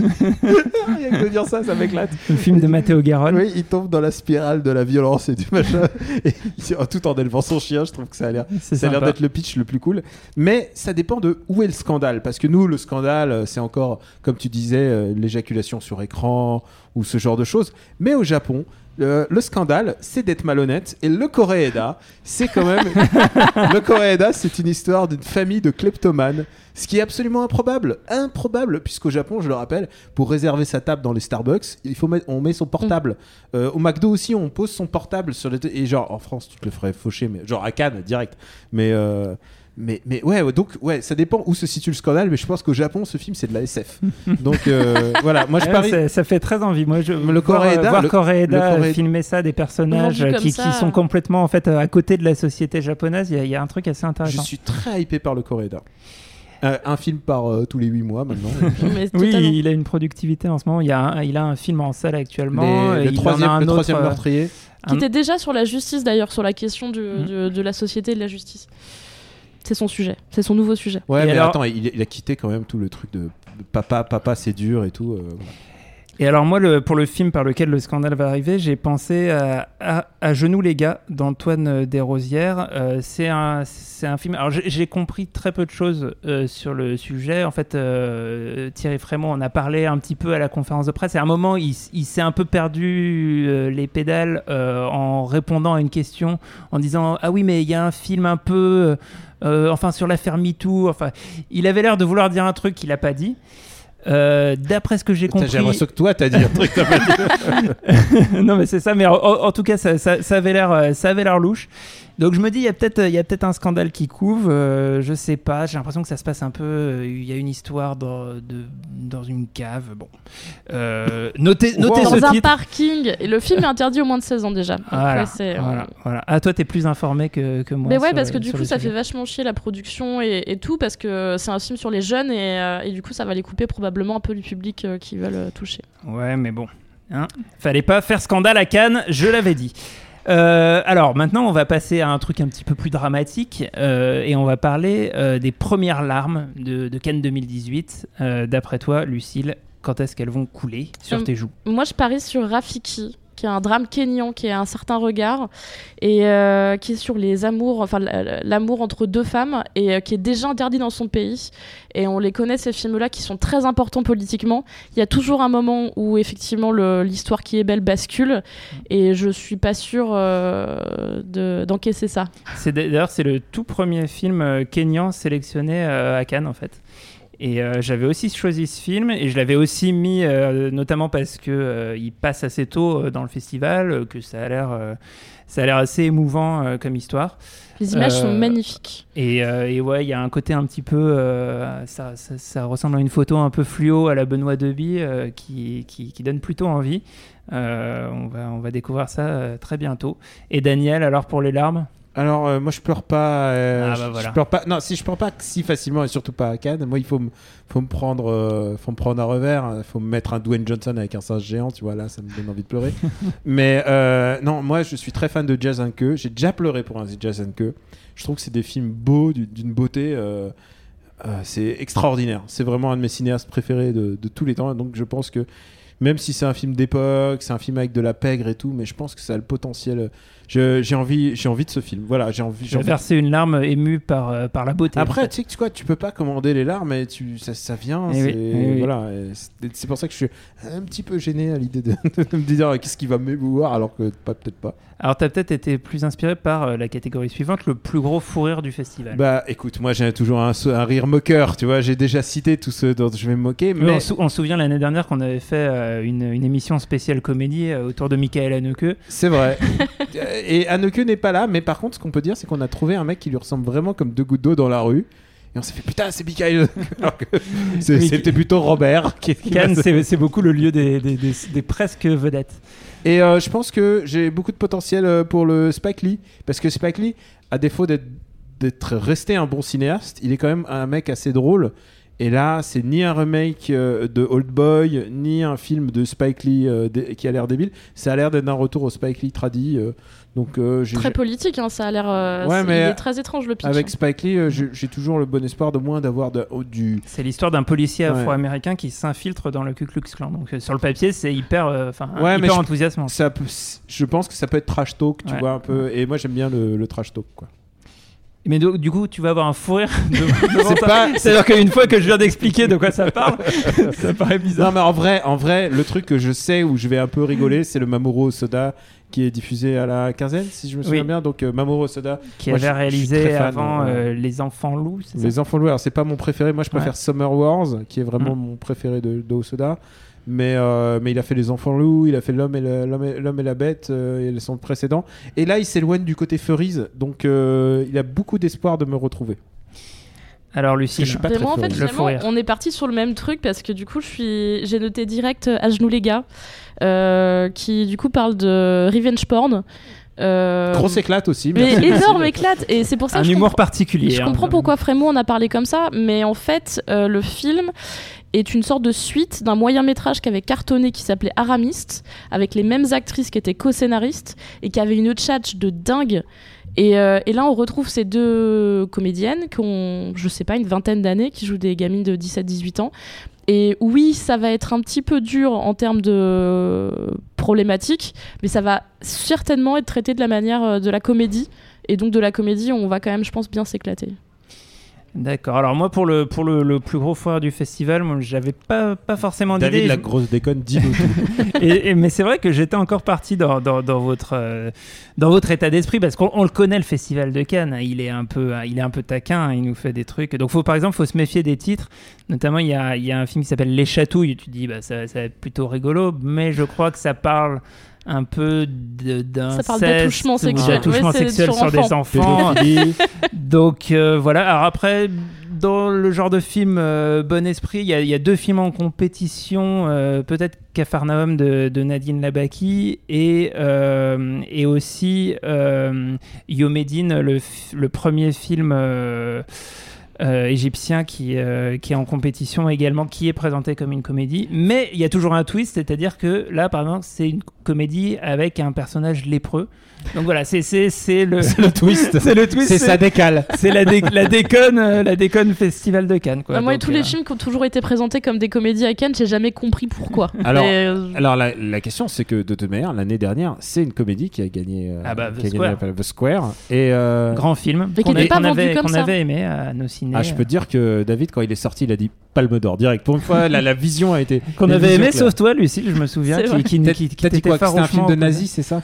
Rien que de dire ça, ça m'éclate. Le film de Matteo Garonne. Oui, il tombe dans la spirale de la violence et du machin, et, tout en élevant son chien. Je trouve que ça a l'air, c'est ça a l'air d'être le pitch le plus cool. Mais ça dépend de où est le scandale, parce que nous, le scandale, c'est encore, comme tu disais, euh, l'éjaculation sur écran ou ce genre de choses. Mais au Japon, Le, le scandale, c'est d'être malhonnête, et le Koreeda, c'est quand même le Koreeda, c'est une histoire d'une famille de kleptomanes, ce qui est absolument improbable, improbable, puisqu'au Japon, je le rappelle, pour réserver sa table dans les Starbucks, il faut mettre, on met son portable. Mmh. Euh, au McDo aussi, on pose son portable sur les t- et genre en France, tu te le ferais faucher, mais genre à Cannes direct, mais euh, Mais, mais ouais, donc ouais, ça dépend où se situe le scandale, mais je pense qu'au Japon, ce film, c'est de la S F. Donc euh, voilà, moi je ouais, parie. Ça, ça fait très envie. Moi, je le voir, Koreeda, voir le, Koreeda le Koreeda. filmer ça, des personnages qui, qui sont complètement en fait à côté de la société japonaise. Il y, y a un truc assez intéressant. Je suis très hypé par le Koreeda. Euh, un film par euh, tous les huit mois maintenant. Oui, il a une productivité en ce moment. Il, y a un, il a un film en salle actuellement. Les, le, il troisième, en a un le autre, troisième meurtrier. Qui un... était déjà sur la justice d'ailleurs, sur la question du, mmh. de, de la société et de la justice. C'est son sujet, c'est son nouveau sujet. Ouais, et mais alors... attends, il, il a quitté quand même tout le truc de papa, papa c'est dur et tout. Euh, voilà. Et alors moi, le, pour le film par lequel le scandale va arriver, j'ai pensé à, à, à Genoux les gars d'Antoine Desrosières. Euh, c'est, un, c'est un film... Alors j'ai, j'ai compris très peu de choses euh, sur le sujet. En fait, euh, Thierry Frémaux en a parlé un petit peu à la conférence de presse. Et à un moment, il, il s'est un peu perdu euh, les pédales euh, en répondant à une question, en disant « Ah oui, mais il y a un film un peu... Euh, enfin, sur l'affaire MeToo. » Enfin, il avait l'air de vouloir dire un truc qu'il n'a pas dit. Euh, d'après ce que j'ai compris, j'ai l'impression que toi t'as dit un truc. Non mais c'est ça, mais en, en tout cas ça, ça, ça avait l'air, ça avait l'air louche. Donc je me dis il y a peut-être, il y a peut-être un scandale qui couve. Euh, je sais pas. J'ai l'impression que ça se passe un peu. Il y a une histoire dans, de, dans une cave. Bon, euh, notez, notez dans ce un titre. parking. Et le film est interdit au moins de seize ans déjà. Donc, voilà, ouais, c'est, voilà, euh... voilà. Ah toi t'es plus informé que, que moi. Mais ouais, sur, parce que du sur coup ça sujet. fait vachement chier la production et, et tout, parce que c'est un film sur les jeunes et, euh, et du coup ça va les couper probablement un peu du public euh, qui veulent euh, toucher. Ouais, mais bon, hein, fallait pas faire scandale à Cannes, je l'avais dit. Euh, alors maintenant, on va passer à un truc un petit peu plus dramatique euh, et on va parler euh, des premières larmes de, de Cannes deux mille dix-huit. Euh, d'après toi, Lucille, quand est-ce qu'elles vont couler sur euh, tes joues ? Moi, je parie sur Rafiki, qui est un drame kényan, qui a un certain regard et euh, qui est sur les amours, enfin l'amour entre deux femmes et euh, qui est déjà interdit dans son pays. Et on les connaît, ces films-là, qui sont très importants politiquement. Il y a toujours un moment où effectivement le, l'histoire qui est belle bascule et je suis pas sûre euh, de, d'encaisser ça. C'est, d'ailleurs, c'est le tout premier film euh, kényan sélectionné euh, à Cannes en fait. Et euh, j'avais aussi choisi ce film et je l'avais aussi mis euh, notamment parce que euh, il passe assez tôt euh, dans le festival, euh, que ça a l'air, euh, ça a l'air assez émouvant euh, comme histoire. Les images euh, sont magnifiques. Et, euh, et ouais, il y a un côté un petit peu, euh, ça, ça, ça ressemble à une photo un peu fluo à la Benoît Deby euh, qui, qui, qui donne plutôt envie. Euh, on va, on va découvrir ça euh, très bientôt. Et Daniel, alors pour les larmes ? Alors euh, moi je pleure pas, euh, Ah, bah, je, voilà. je pleure pas. Non, si je pleure pas si facilement et surtout pas à Cannes. Moi il faut me, faut me prendre, euh, faut me prendre un revers. Il faut me mettre un Dwayne Johnson avec un singe géant. Tu vois là, ça me donne envie de pleurer. Mais euh, non, moi je suis très fan de Jazz and Que. J'ai déjà pleuré pour un Jazz and Que. Je trouve que c'est des films beaux, d'une beauté. Euh, euh, c'est extraordinaire. C'est vraiment un de mes cinéastes préférés de, de tous les temps. Donc je pense que même si c'est un film d'époque, c'est un film avec de la pègre et tout, mais je pense que ça a le potentiel. Je, j'ai envie, j'ai envie de ce film. Voilà, j'ai envie. J'ai versé une larme émue par euh, par la beauté. Après, en fait. tu sais que tu quoi, tu peux pas commander les larmes, et tu ça, ça vient. Et c'est, oui, et oui. Voilà, et c'est, c'est pour ça que je suis un petit peu gêné à l'idée de, de me dire qu'est-ce qui va m'émouvoir, alors que pas peut-être pas. Alors t'as peut-être été plus inspiré par euh, la catégorie suivante, le plus gros fou rire du festival. Bah, écoute, moi j'ai toujours un, un rire moqueur. Tu vois, j'ai déjà cité tous ceux dont je vais me moquer, mais Oui, on, sou- on se souvient l'année dernière qu'on avait fait euh, une, une émission spéciale comédie euh, autour de Michael Haneke. c'est vrai. Et Haneke n'est pas là, mais par contre, ce qu'on peut dire, c'est qu'on a trouvé un mec qui lui ressemble vraiment comme deux gouttes d'eau dans la rue. Et on s'est fait putain, c'est Michael. Alors que c'est, Oui, c'était plutôt Robert. Qui, qui Cannes, m'a- c'est, c'est beaucoup le lieu des, des, des, des presque vedettes. Et euh, je pense que j'ai beaucoup de potentiel euh, pour le Spike Lee, parce que Spike Lee, à défaut d'être, d'être resté un bon cinéaste, il est quand même un mec assez drôle. Et là, c'est ni un remake euh, de Old Boy, ni un film de Spike Lee euh, dé- qui a l'air débile. Ça a l'air d'être un retour au Spike Lee tradi. Euh, donc, euh, j'ai, Très politique, hein, ça a l'air. euh, Ouais, c'est- mais il est très étrange le pitch. avec hein. Spike Lee, euh, j'ai, j'ai toujours le bon espoir de moins d'avoir de, oh, du. C'est l'histoire d'un policier Ouais. afro-américain qui s'infiltre dans le Ku Klux Klan. Donc euh, sur le papier, c'est hyper, euh, enfin, Ouais, mais hyper je- enthousiasmant. Ça peut, je pense que ça peut être trash talk, tu Ouais. vois, un peu. Et moi, j'aime bien le, le trash talk, quoi. Mais do- du coup, tu vas avoir un fou rire de- devant C'est toi. pas- C'est-à-dire qu'une fois que je viens d'expliquer de quoi ça parle, ça paraît bizarre. Non, mais en vrai, en vrai, le truc que je sais où je vais un peu rigoler, c'est le Mamoru Soda qui est diffusé à la quinzaine, si je me souviens Oui. bien. Donc, euh, Mamoru Soda, Qui moi, avait je- je suis réalisé très fan, avant ouais. euh, Les Enfants Loups, c'est ça Les Enfants Loups. Alors, c'est pas mon préféré. Moi, je préfère Ouais. Summer Wars, qui est vraiment Mm. mon préféré de, de Osoda. Mais, euh, mais il a fait Les Enfants Loups, il a fait L'Homme et, le- l'homme et, l'homme et la Bête, euh, et son précédent. Et là, il s'éloigne du côté Furries, donc euh, il a beaucoup d'espoir de me retrouver. Alors Lucille, Je suis pas Mais très moi, en fait, furieux. Le finalement, fou rire. on est parti sur le même truc parce que du coup, je suis... j'ai noté direct euh, À genoux les gars, euh, qui du coup parle de revenge porn. Euh, Grosse éclate aussi. mais merci, merci. énorme éclate. Et c'est pour ça un que je humour comprends- particulier. Je hein, comprends vraiment. pourquoi Frémaux en a parlé comme ça, mais en fait, euh, le film est une sorte de suite d'un moyen-métrage qui avait cartonné qui s'appelait Aramiste, avec les mêmes actrices qui étaient co-scénaristes et qui avaient une tchatch de dingue. Et, euh, et là, on retrouve ces deux comédiennes qui ont, je sais pas, une vingtaine d'années, qui jouent des gamines de dix-sept dix-huit ans. Et oui, ça va être un petit peu dur en termes de problématiques, mais ça va certainement être traité de la manière euh, de la comédie. Et donc de la comédie, on va quand même, je pense, bien s'éclater. D'accord. Alors moi, pour le pour le, le plus gros foire du festival, moi, j'avais pas pas forcément David, d'idée. la grosse déconne, dis-nous tout. et, et- mais c'est vrai que j'étais encore parti dans, dans, dans votre euh, dans votre état d'esprit parce qu'on on le connaît, le festival de Cannes. Il est un peu il est un peu taquin. Il nous fait des trucs. Donc faut par exemple faut se méfier des titres. Notamment il y a il y a un film qui s'appelle Les Chatouilles. Tu te dis bah ça ça va être plutôt rigolo, mais je crois que ça parle un peu de, d'inceste, Ça parle d'attouchement ou sexuel. d'attouchement Ouais, c'est sexuel sur sur des enfants. Donc euh, voilà. Alors après, dans le genre de film euh, bon esprit, il y, a- il y a deux films en compétition. euh, peut-être Capharnaüm de, de Nadine Labaki et, euh, et aussi euh, Yomedine, le, f- le premier film. euh, euh, égyptien qui, euh, qui est en compétition également, qui est présenté comme une comédie. Mais il y a toujours un twist, c'est-à-dire que là, par exemple, c'est une comédie avec un personnage lépreux. Donc voilà, c'est, c'est, c'est, le... c'est le twist. c'est le twist. C'est, c'est ça décale. C'est la, dé- la déconne, euh, la déconne Festival de Cannes. Quoi. Bah, moi, Donc, tous euh... les films qui ont toujours été présentés comme des comédies à Cannes, j'ai jamais compris pourquoi. Alors, Mais, euh... alors la, la question, c'est que de toute manière, l'année dernière, c'est une comédie qui a gagné, euh, ah bah, qui a The, gagné Square. The Square. Et euh... grand film Mais qu'on, qui n'était a, pas qu'on, vendu avait, comme qu'on ça. avait aimé à nos ciné. Ah, je peux te dire que David, quand il est sorti, il a dit Palme d'Or direct. Pour une fois, la, la vision a été. Qu'on la avait vision aimé, claire. sauf toi, Lucille, je me souviens, qui, qui, T'as, qui, qui, t'as dit était quoi, que c'était un film de farouchement nazi, c'est ça?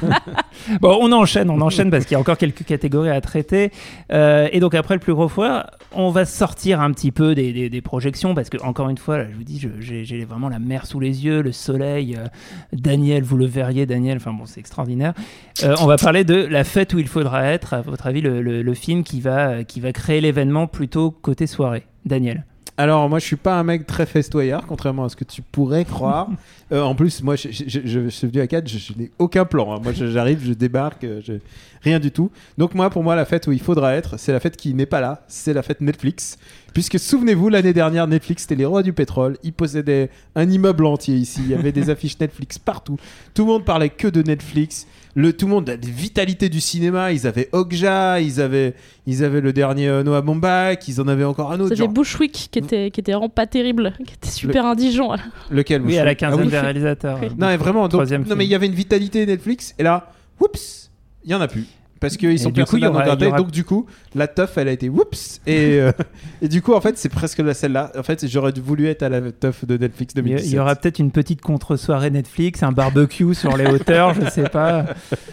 Bon, on enchaîne, on enchaîne parce qu'il y a encore quelques catégories à traiter. Euh, et donc après le plus gros foire, on va sortir un petit peu des, des, des projections parce que encore une fois, là, je vous dis, je, j'ai, j'ai vraiment la mer sous les yeux, le soleil. Euh, Daniel, vous le verriez, Daniel. Enfin bon, c'est extraordinaire. Euh, on va parler de La fête où il faudra être. À votre avis, le, le, le film qui va qui va créer l'événement plutôt côté soirée. Daniel. Alors, moi, je suis pas un mec très festoyard, contrairement à ce que tu pourrais croire. euh, en plus, moi, je, je, je, je suis venu à Cannes, je, je n'ai aucun plan. Hein. Moi, je, j'arrive, je débarque, je... rien du tout. Donc, moi, pour moi, la fête où il faudra être, c'est la fête qui n'est pas là, c'est la fête Netflix. Puisque, souvenez-vous, l'année dernière, Netflix, c'était les rois du pétrole. Ils possédaient un immeuble entier ici. Il y avait des affiches Netflix partout. Tout le monde parlait que de Netflix. Le, tout le monde a des vitalités du cinéma. Ils avaient Okja, ils avaient, ils avaient le dernier euh, Noah Baumbach, ils en avaient encore un autre. C'était Genre... Bushwick qui était, qui était vraiment pas terrible, qui était super le... indigent. Lequel? Oui, à la quinzaine ah, oui. des réalisateurs. Oui. Non, mais vraiment, donc, non, film. mais il y avait une vitalité Netflix, et là, oups, il y en a plus. Parce qu'ils sont personnes à regarder, aura... donc du coup, la teuf, elle a été oups, et, euh, et du coup, en fait, c'est presque la celle-là. En fait, j'aurais voulu être à la teuf de Netflix deux mille dix-sept. Il y aura peut-être une petite contre-soirée Netflix, un barbecue sur les hauteurs, je sais pas.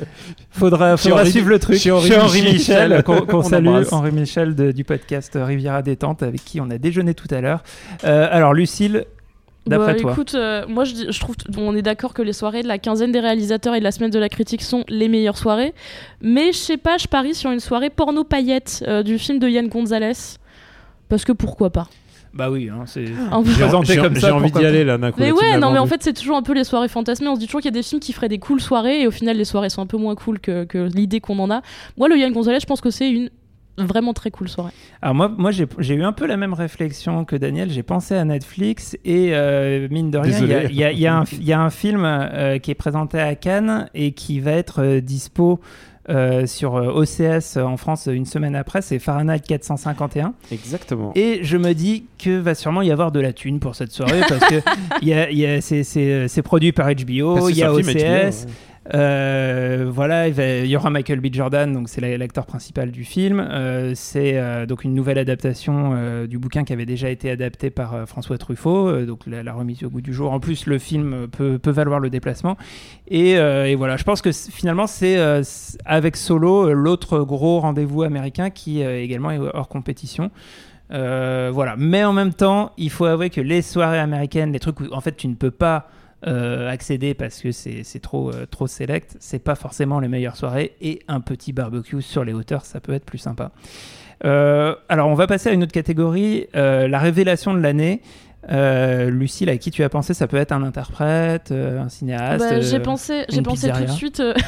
Faudra, faudra Henri, suivre le truc. Chez Henri, chez Henri Michel, Michel qu'on, qu'on salue, embrasse. Henri Michel de, du podcast Riviera Détente, avec qui on a déjeuné tout à l'heure. Euh, alors, Lucille. D'après bah, toi. Écoute, euh, moi je, je trouve, on est d'accord que les soirées de la quinzaine des réalisateurs et de la semaine de la critique sont les meilleures soirées, mais je sais pas, je parie sur une soirée porno paillettes euh, du film de Yann Gonzalez, parce que pourquoi pas. Bah oui, hein, c'est présenté comme j'ai ça. J'ai envie d'y aller là d'un coup. Mais là, ouais, non, mais en vendu. fait, c'est toujours un peu les soirées fantasmées. On se dit toujours qu'il y a des films qui feraient des cool soirées, et au final, les soirées sont un peu moins cool que, que l'idée qu'on en a. Moi, le Yann Gonzalez, je pense que c'est une vraiment très cool soirée. Alors moi, moi j'ai, j'ai eu un peu la même réflexion que Daniel. J'ai pensé à Netflix et euh, mine de rien, il y a, y, a, y, a un, y a un film euh, qui est présenté à Cannes et qui va être euh, dispo euh, sur euh, O C S en France une semaine après. C'est Fahrenheit quatre cent cinquante et un. Exactement. Et je me dis que va sûrement y avoir de la thune pour cette soirée parce que y a, y a, c'est, c'est, c'est produit par H B O, il y a O C S. H B O, ouais. Euh, voilà, il, va, il y aura Michael B. Jordan, donc c'est l'acteur principal du film. Euh, c'est euh, donc une nouvelle adaptation euh, du bouquin qui avait déjà été adapté par euh, François Truffaut, euh, donc la, la remise au goût du jour. En plus, le film peut, peut valoir le déplacement. Et, euh, et voilà, je pense que c- finalement, c'est euh, avec Solo, l'autre gros rendez-vous américain qui euh, également est hors compétition. Euh, voilà, mais en même temps, il faut avouer que les soirées américaines, les trucs où en fait tu ne peux pas Euh, accéder parce que c'est, c'est trop, euh, trop select, c'est pas forcément les meilleures soirées, et un petit barbecue sur les hauteurs, ça peut être plus sympa. Euh, alors on va passer à une autre catégorie, euh, la révélation de l'année. Euh, Lucille, à qui tu as pensé? Ça peut être un interprète, euh, un cinéaste. Bah, j'ai euh, pensé, j'ai pensé tout de suite. Euh,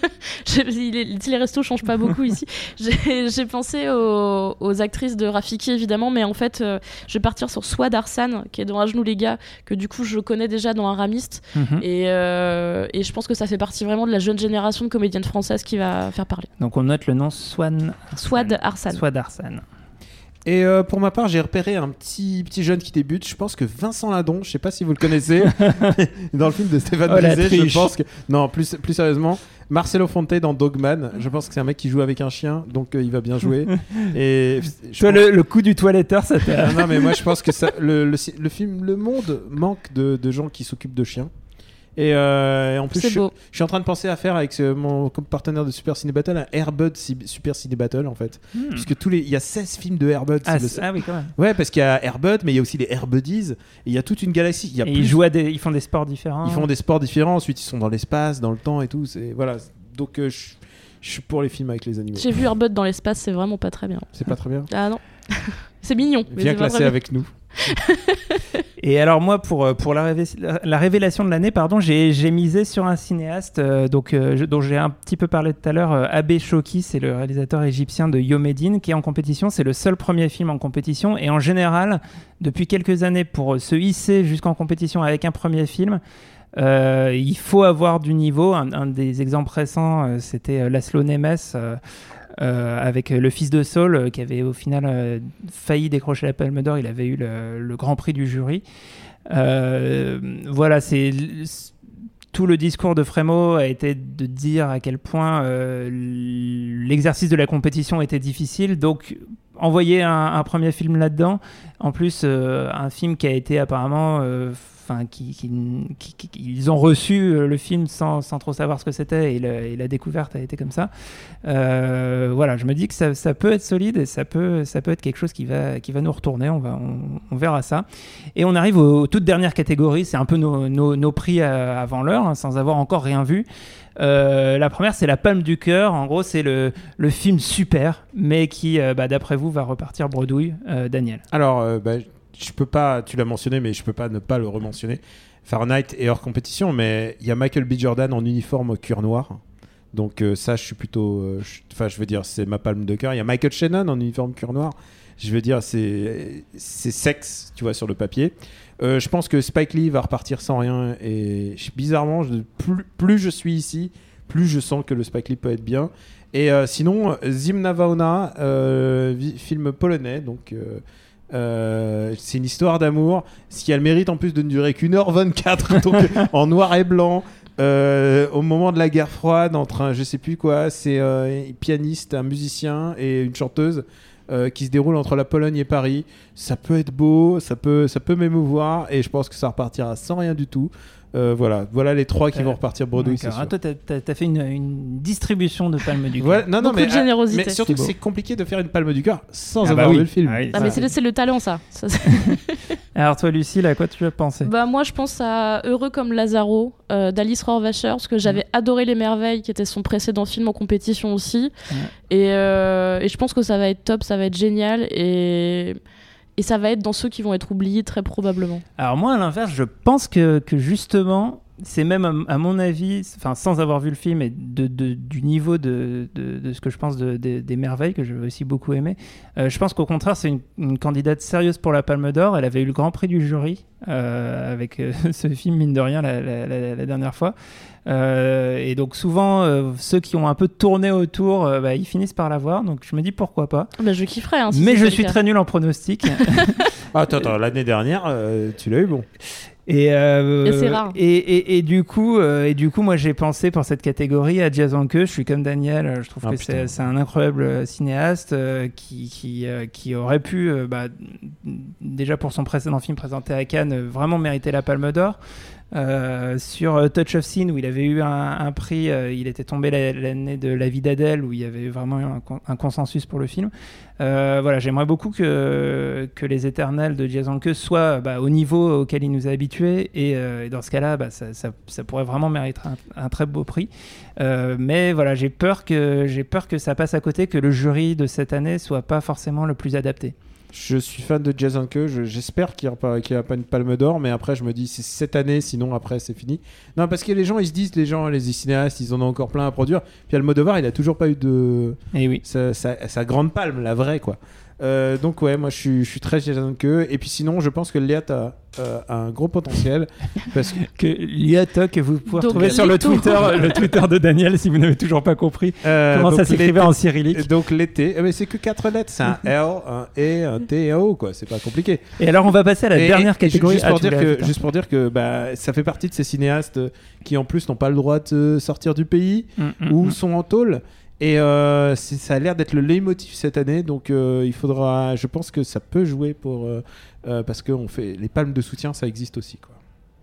les, les restos changent pas beaucoup ici. J'ai, j'ai pensé aux, aux actrices de Rafiki évidemment, mais en fait, euh, je vais partir sur Swad Arsan, qui est dans À genoux les gars, que du coup je connais déjà dans Aramiste, mm-hmm. et, euh, et je pense que ça fait partie vraiment de la jeune génération de comédiennes françaises qui va faire parler. Donc on note le nom Swan Swad Arsan. Swad Arsan. Et euh, pour ma part, j'ai repéré un petit, petit jeune qui débute. Je pense que Vincent Ladon, je sais pas si vous le connaissez, dans le film de Stéphane oh, Brisé, je pense que... Non, plus, plus sérieusement, Marcelo Fonte dans Dogman, je pense que c'est un mec qui joue avec un chien, donc euh, il va bien jouer. Et Toi, pense... le, le coup du toiletteur, ça t'a... non, mais moi, je pense que ça, le, le, le film, le monde manque de, de gens qui s'occupent de chiens. Et, euh, et en plus, je, je suis en train de penser à faire avec ce, mon comme partenaire de Super Ciné Battle un Airbud Super Ciné Battle en fait, hmm. puisque tous les il y a seize films de Airbud. Ah, le... ah oui quand même. Ouais, parce qu'il y a Airbud, mais il y a aussi les Airbuddies. Et il y a toute une galaxie. Il y a et plus... ils jouent à des, ils font des sports différents. Ils font des sports différents. Ensuite, ils sont dans l'espace, dans le temps et tout. C'est voilà. Donc euh, je, je suis pour les films avec les animaux. J'ai vu Airbud dans l'espace, c'est vraiment pas très bien. C'est pas très bien. Ah non. C'est mignon. Viens classer avec nous. Et alors moi, pour, pour la, révé- la révélation de l'année, pardon, j'ai, j'ai misé sur un cinéaste euh, donc, euh, je, dont j'ai un petit peu parlé tout à l'heure, euh, Abe Shoki, c'est le réalisateur égyptien de Yomedine, qui est en compétition. C'est le seul premier film en compétition. Et en général, depuis quelques années, pour se hisser jusqu'en compétition avec un premier film, euh, il faut avoir du niveau. Un, un des exemples récents, euh, c'était euh, Laszlo Nemes, euh, Euh, avec Le Fils de Saul, euh, qui avait au final euh, failli décrocher la Palme d'Or. Il avait eu le, le grand prix du jury. Euh, voilà, c'est, c'est tout le discours de Frémaux a été de dire à quel point euh, l'exercice de la compétition était difficile. Donc, envoyer un, un premier film là-dedans, en plus euh, un film qui a été apparemment... Euh, Enfin, qui, qui, qui, qui, ils ont reçu le film sans, sans trop savoir ce que c'était et, le, et la découverte a été comme ça. Euh, voilà, je me dis que ça, ça peut être solide et ça peut, ça peut être quelque chose qui va, qui va nous retourner. On, va, on, on verra ça. Et on arrive aux, aux toutes dernières catégories. C'est un peu nos, nos, nos prix à, avant l'heure, hein, sans avoir encore rien vu. Euh, la première, c'est la Palme du Cœur. En gros, c'est le, le film super, mais qui, euh, bah, d'après vous, va repartir bredouille. Euh, Daniel. Alors, euh, bah, je peux pas, tu l'as mentionné, mais je peux pas ne pas le rementionner. Fahrenheit est hors compétition, mais il y a Michael B. Jordan en uniforme cuir noir. Donc euh, ça, je suis plutôt... Enfin, euh, je, je veux dire, c'est ma palme de cœur. Il y a Michael Shannon en uniforme cuir noir. Je veux dire, c'est, c'est sexe, tu vois, sur le papier. Euh, je pense que Spike Lee va repartir sans rien. Et bizarrement, je, plus, plus je suis ici, plus je sens que le Spike Lee peut être bien. Et euh, sinon, Zimna Vauna, euh, film polonais, donc... Euh, Euh, c'est une histoire d'amour. Si elle mérite en plus de ne durer qu'une heure vingt-quatre, donc en noir et blanc, euh, au moment de la guerre froide, entre un je sais plus quoi, c'est euh, un pianiste, un musicien et une chanteuse euh, qui se déroule entre la Pologne et Paris. Ça peut être beau, ça peut, ça peut m'émouvoir et je pense que ça repartira sans rien du tout. Euh, voilà, voilà les trois qui euh, vont repartir bredouille, c'est sûr. Ah, toi, t'as, t'as, t'as fait une, une distribution de palme du cœur. Voilà, non, non, Beaucoup mais, de générosité. mais surtout, c'est, c'est compliqué de faire une palme du cœur sans ah avoir bah oui. vu le film. Ah oui, ah, mais c'est, le, c'est le talent, ça. ça Alors toi, Lucille, à quoi tu as pensé? Bah moi, je pense à Heureux comme Lazaro euh, d'Alice Rohrwacher, parce que j'avais mmh. adoré Les Merveilles, qui était son précédent film en compétition aussi. Mmh. Et, euh, et je pense que ça va être top, ça va être génial. Et... Et ça va être dans ceux qui vont être oubliés très probablement. Alors moi, à l'inverse, je pense que, que justement, c'est même à, à mon avis, enfin sans avoir vu le film et de, de, du niveau de, de, de ce que je pense de, de, des Merveilles, que j'ai aussi beaucoup aimé, euh, je pense qu'au contraire, c'est une, une candidate sérieuse pour la Palme d'Or. Elle avait eu le grand prix du jury euh, avec euh, ce film, mine de rien, la, la, la, la dernière fois. Euh, et donc souvent euh, ceux qui ont un peu tourné autour euh, bah, ils finissent par l'avoir, donc je me dis pourquoi pas. Bah, je kifferais hein, si mais je suis cas. très nul en pronostic. ah, attends, attends, l'année dernière euh, tu l'as eu bon. Et, euh, et c'est rare. Et, et, et, du coup, euh, et du coup, moi j'ai pensé pour cette catégorie à Jason Ke. Je suis comme Daniel, je trouve ah, que c'est, c'est un incroyable cinéaste euh, qui, qui, euh, qui aurait pu, euh, bah, déjà pour son précédent film présenté à Cannes, euh, vraiment mériter la Palme d'Or. Euh, sur euh, Touch of Sin où il avait eu un, un prix, euh, il était tombé la, l'année de La vie d'Adèle où il y avait vraiment eu un, un consensus pour le film. Euh, voilà, j'aimerais beaucoup que, que Les Éternels de Jason Ke soient bah, au niveau auquel il nous a habitués et, euh, et dans ce cas-là, bah, ça, ça, ça pourrait vraiment mériter un, un très beau prix. Euh, mais voilà, j'ai peur que j'ai peur que ça passe à côté, que le jury de cette année soit pas forcément le plus adapté. Je suis fan de Jason Ke, je, j'espère qu'il n'y aura, aura pas une palme d'or, mais après je me dis c'est cette année, sinon après c'est fini. Non, parce que les gens ils se disent, les gens, les cinéastes, ils en ont encore plein à produire. Puis Almodovar, il a toujours pas eu de. Et oui. Sa, sa, sa grande palme, la vraie quoi. Euh, donc ouais, moi je suis, je suis très Jason Ke. Et puis sinon, je pense que Liat a, euh, a un gros potentiel. Parce que, que Liat, que vous pouvez donc, retrouver sur le Twitter, le Twitter de Daniel si vous n'avez toujours pas compris euh, comment ça s'écrivait en cyrillique. Donc l'été, eh ben, c'est que quatre lettres, c'est un L, un E, un T et un O, quoi. C'est pas compliqué. Et alors on va passer à la et, dernière et, catégorie. Juste, pour ah, dire que, juste pour dire que bah, ça fait partie de ces cinéastes qui en plus n'ont pas le droit de sortir du pays mm, mm, ou mm. sont en tôle. Et euh, c'est, ça a l'air d'être le leitmotiv cette année, donc euh, il faudra. Je pense que ça peut jouer pour euh, euh, parce que on fait les palmes de soutien, ça existe aussi, quoi.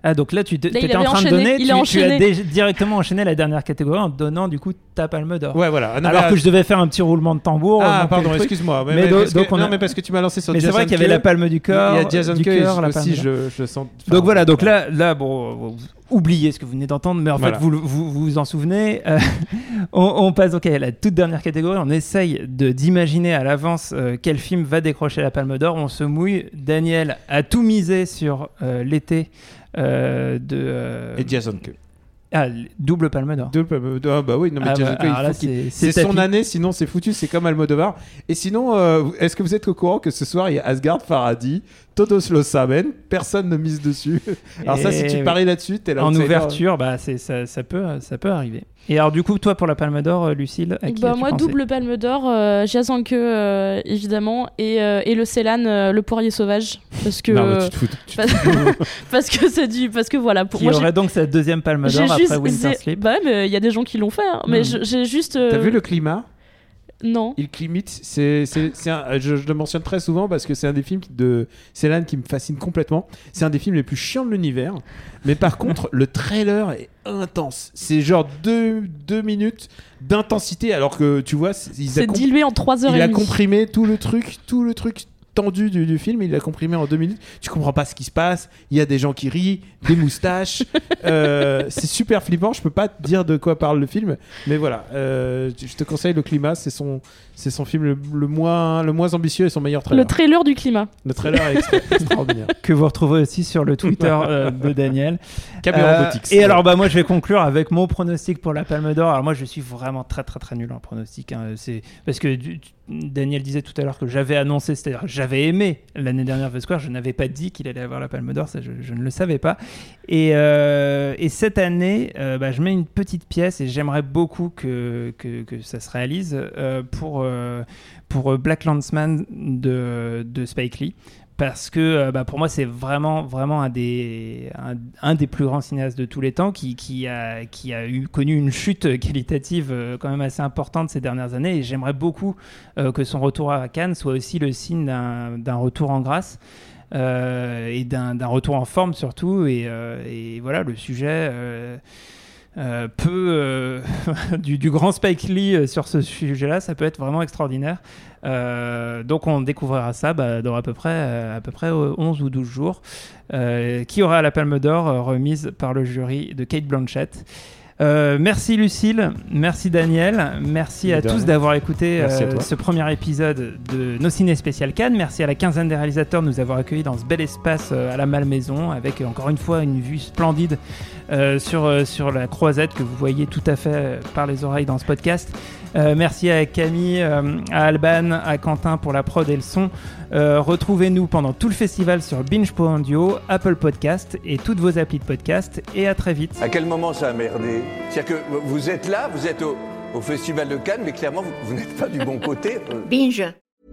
Ah, donc là, tu Là, il étais en avait train enchaîné, de donner, il tu, a tu as enchaîné. dé- directement enchaîné la dernière catégorie en donnant du coup ta palme d'or. Ouais, voilà. Non, Alors mais, que je devais faire un petit roulement de tambour. euh, Ah, monter pardon, le truc. excuse-moi. Mais, Mais mais do- parce que- donc on a- Non, mais parce que tu m'as lancé sur Mais c'est Jason vrai qu'il y avait Kay. la palme du corps. Il y a Jason du Kay cœur, la palme aussi, d'or. je, je sens. Donc enfin, voilà, donc voilà. là, là bon, vous oubliez ce que vous venez d'entendre, mais en Voilà. fait, vous vous, vous vous en souvenez. Euh, on, on passe donc à la toute dernière catégorie. On essaye de, d'imaginer à l'avance euh, quel film va décrocher la Palme d'Or. On se mouille. Daniel a tout misé sur euh, l'été euh, de. euh, Et Jason Kay. Ah, double Palme d'Or. Deux palmes d'or. Ah bah oui, non mais Ah Jason bah, Kay, il alors là, faut qu'il- c'est- c'est c'est son tapis. année, sinon c'est foutu, c'est comme Almodovar. Et sinon, euh, est-ce que vous êtes au courant que ce soir il y a Asghar Farhadi, Todos lo saben, personne ne mise dessus. Alors ça, si Et tu oui. paries là-dessus, t'es là. En ouverture, bah, c'est, ça, ça, peut, ça peut arriver. Et alors, du coup, toi, pour la Palme d'Or, euh, Lucille, à qui Bah, as-tu moi, pensé double palme d'or, euh, Jason Kay, euh, évidemment, et, euh, et le Ceylan, euh, le poirier sauvage. Parce que. Non, mais tu te fous. tu te parce, parce que c'est du. Parce que voilà, pour Qui moi. j'ai- aurait donc sa deuxième Palme j'ai d'Or après juste- Winter c'est- Sleep. Bah, mais il y a des gens qui l'ont fait, hein. Mais Mm. je- j'ai juste. euh, T'as vu le climat? Non. Il climite, c'est, c'est, c'est un- je, je le mentionne très souvent parce que c'est un des films de Ceylan qui me fascine complètement. C'est un des films les plus chiants de l'univers. Mais par contre, le trailer est intense. C'est genre deux, deux minutes d'intensité alors que tu vois, c'est- ils a C'est comp- dilué en trois heures il et a demie. comprimé tout le truc, tout le truc tendu du, du film, il l'a comprimé en deux minutes. Tu comprends pas ce qui se passe. Il y a des gens qui rient, des moustaches. Euh, c'est super flippant. Je peux pas te dire de quoi parle le film, mais voilà. Euh, je te conseille Le Climat. C'est son, c'est son film le, le moins, le moins ambitieux et son meilleur trailer. Le trailer du climat. Le trailer est extra- extraordinaire. Que vous retrouvez aussi sur le Twitter euh, de Daniel. Caméra Euh, Botix. et alors, bah, moi, je vais conclure avec mon pronostic pour la Palme d'Or. Alors, moi, je suis vraiment très, très, très nul en pronostic. Hein. C'est parce que du- Daniel disait tout à l'heure que j'avais annoncé, c'est-à-dire que j'avais aimé l'année dernière The Square. Je n'avais pas dit qu'il allait avoir la Palme d'Or, ça, je, je ne le savais pas. Et, euh, et cette année, euh, bah, je mets une petite pièce et j'aimerais beaucoup que, que, que ça se réalise euh, pour, euh, pour Black Landsman de, de Spike Lee. Parce que euh, bah, pour moi, c'est vraiment, vraiment un des, un, un des plus grands cinéastes de tous les temps qui, qui, a, qui a eu, connu une chute qualitative euh, quand même assez importante ces dernières années. Et j'aimerais beaucoup euh, que son retour à Cannes soit aussi le signe d'un, d'un retour en grâce euh, et d'un, d'un retour en forme surtout. Et, euh, et voilà, le sujet... Euh, Euh, peu euh, du, du grand Spike Lee euh, sur ce sujet-là, ça peut être vraiment extraordinaire. Euh, donc on découvrira ça bah, dans à peu près, euh, à peu près onze ou douze jours. Euh, qui aura la Palme d'Or euh, remise par le jury de Cate Blanchett. Euh, merci Lucille, merci Daniel, merci à De tous rien. d'avoir écouté Merci à euh, toi. ce premier épisode de Nos Ciné Spécial Cannes. Merci à la quinzaine des réalisateurs de nous avoir accueillis dans ce bel espace euh, à la Malmaison avec euh, encore une fois une vue splendide euh, sur, euh, sur la croisette que vous voyez tout à fait euh, par les oreilles dans ce podcast. Euh, merci à Camille, euh, à Alban, à Quentin pour la prod et le son. Euh, retrouvez-nous pendant tout le festival sur binge point audio, Apple Podcast et toutes vos applis de podcast. Et à très vite. À quel moment ça a merdé? C'est-à-dire que vous êtes là, vous êtes au, au Festival de Cannes, mais clairement, vous, vous n'êtes pas du bon côté. Binge.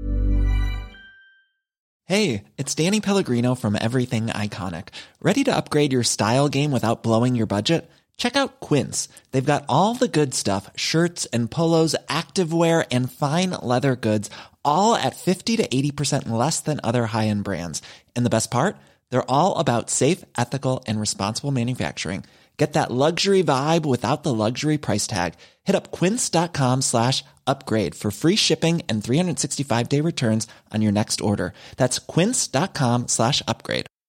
Hey, it's Danny Pellegrino from Everything Iconic. Ready to upgrade your style game without blowing your budget? Check out Quince. They've got all the good stuff, shirts and polos, activewear, and fine leather goods, all at fifty to eighty percent less than other high-end brands. And the best part? They're all about safe, ethical, and responsible manufacturing. Get that luxury vibe without the luxury price tag. Hit up quince.com slash upgrade for free shipping and three sixty-five day returns on your next order. That's quince.com slash upgrade.